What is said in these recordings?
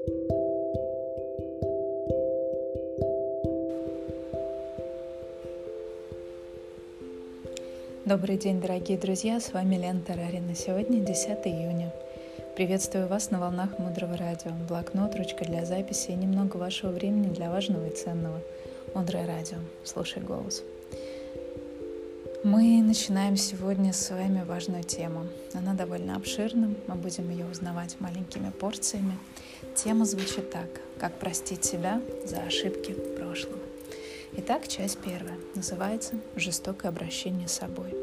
Добрый день, дорогие друзья, с вами Лена Тарарина. Сегодня 10 июня. Приветствую вас на волнах Мудрого радио. Блокнот, ручка для записи и немного вашего времени для важного и ценного. Мудрое радио. Слушай голос. Мы начинаем сегодня с вами важную тему. Она довольно обширна, мы будем ее узнавать маленькими порциями. Тема звучит так: как простить себя за ошибки прошлого. Итак, часть первая называется «Жестокое обращение с собой».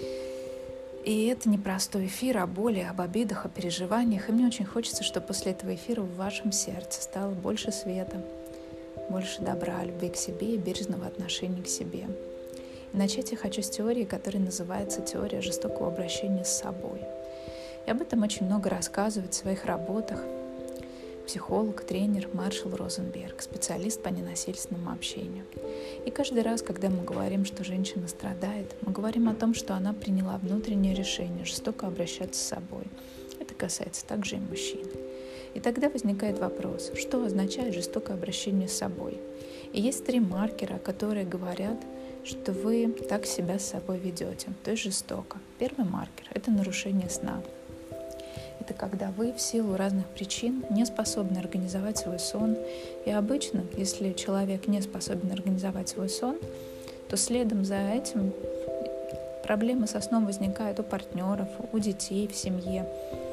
И это непростой эфир о боли, об обидах, о переживаниях. И мне очень хочется, чтобы после этого эфира в вашем сердце стало больше света, больше добра, любви к себе и бережного отношения к себе. И начать я хочу с теории, которая называется «Теория жестокого обращения с собой». И об этом очень много рассказывает в своих работах психолог, тренер Маршал Розенберг, специалист по ненасильственному общению. И каждый раз, когда мы говорим, что женщина страдает, мы говорим о том, что она приняла внутреннее решение жестоко обращаться с собой. Это касается также и мужчин. И тогда возникает вопрос, что означает жестокое обращение с собой? И есть 3 маркера, которые говорят, что вы так себя с собой ведете, то есть жестоко. Первый маркер – это нарушение сна. Это когда вы в силу разных причин не способны организовать свой сон. И обычно, если человек не способен организовать свой сон, то следом за этим проблемы со сном возникают у партнеров, у детей в семье,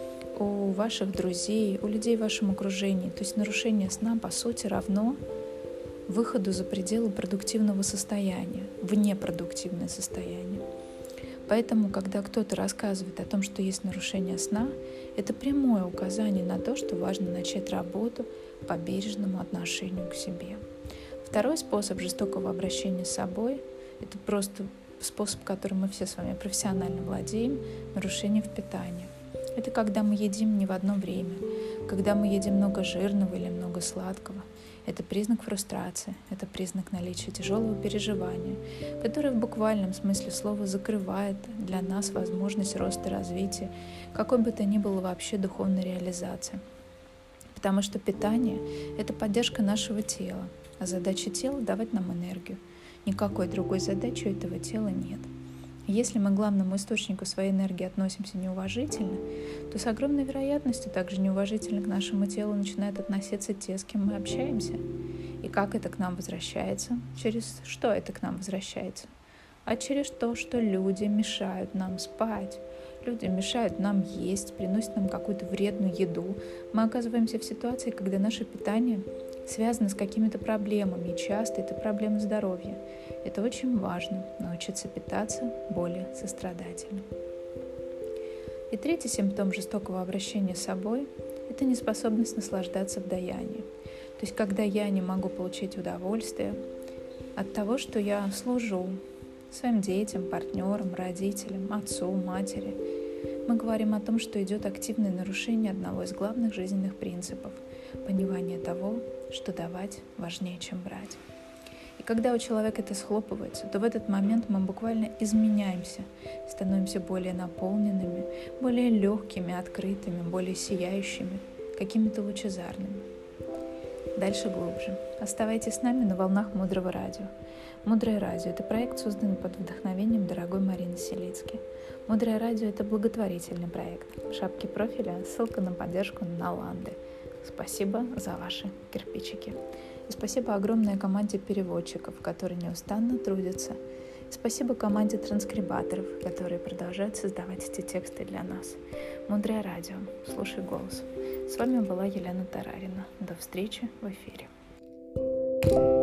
у ваших друзей, у людей в вашем окружении. То есть нарушение сна, по сути, равно выходу за пределы продуктивного состояния, в непродуктивное состояние. Поэтому, когда кто-то рассказывает о том, что есть нарушение сна, это прямое указание на то, что важно начать работу по бережному отношению к себе. Второй способ жестокого обращения с собой – это просто способ, которым мы все с вами профессионально владеем – нарушение в питании. Это когда мы едим не в одно время, когда мы едим много жирного или много сладкого. Это признак фрустрации, это признак наличия тяжелого переживания, которое в буквальном смысле слова закрывает для нас возможность роста и развития, какой бы то ни было вообще духовной реализации. Потому что питание – это поддержка нашего тела, а задача тела – давать нам энергию. Никакой другой задачи у этого тела нет. Если мы к главному источнику своей энергии относимся неуважительно, то с огромной вероятностью также неуважительно к нашему телу начинают относиться те, с кем мы общаемся. И как это к нам возвращается? Через что это к нам возвращается? А через то, что люди мешают нам спать, люди мешают нам есть, приносят нам какую-то вредную еду. Мы оказываемся в ситуации, когда наше питание связано с какими-то проблемами, и часто это проблемы здоровья. Это очень важно – научиться питаться более сострадательно. И третий симптом жестокого обращения с собой – это неспособность наслаждаться в даянии. То есть, когда я не могу получить удовольствие от того, что я служу своим детям, партнерам, родителям, отцу, матери, мы говорим о том, что идет активное нарушение одного из главных жизненных принципов – понимание того, что давать важнее, чем брать. И когда у человека это схлопывается, то в этот момент мы буквально изменяемся, становимся более наполненными, более легкими, открытыми, более сияющими, какими-то лучезарными. Дальше глубже. Оставайтесь с нами на волнах Мудрого радио. Мудрое радио – это проект, созданный под вдохновением дорогой Марины Селицки. Мудрое радио – это благотворительный проект. В шапке профиля ссылка на поддержку на Ланды. Спасибо за ваши кирпичики. И спасибо огромной команде переводчиков, которые неустанно трудятся. И спасибо команде транскрибаторов, которые продолжают создавать эти тексты для нас. Мудрое радио. Слушай голос. С вами была Елена Тарарина. До встречи в эфире.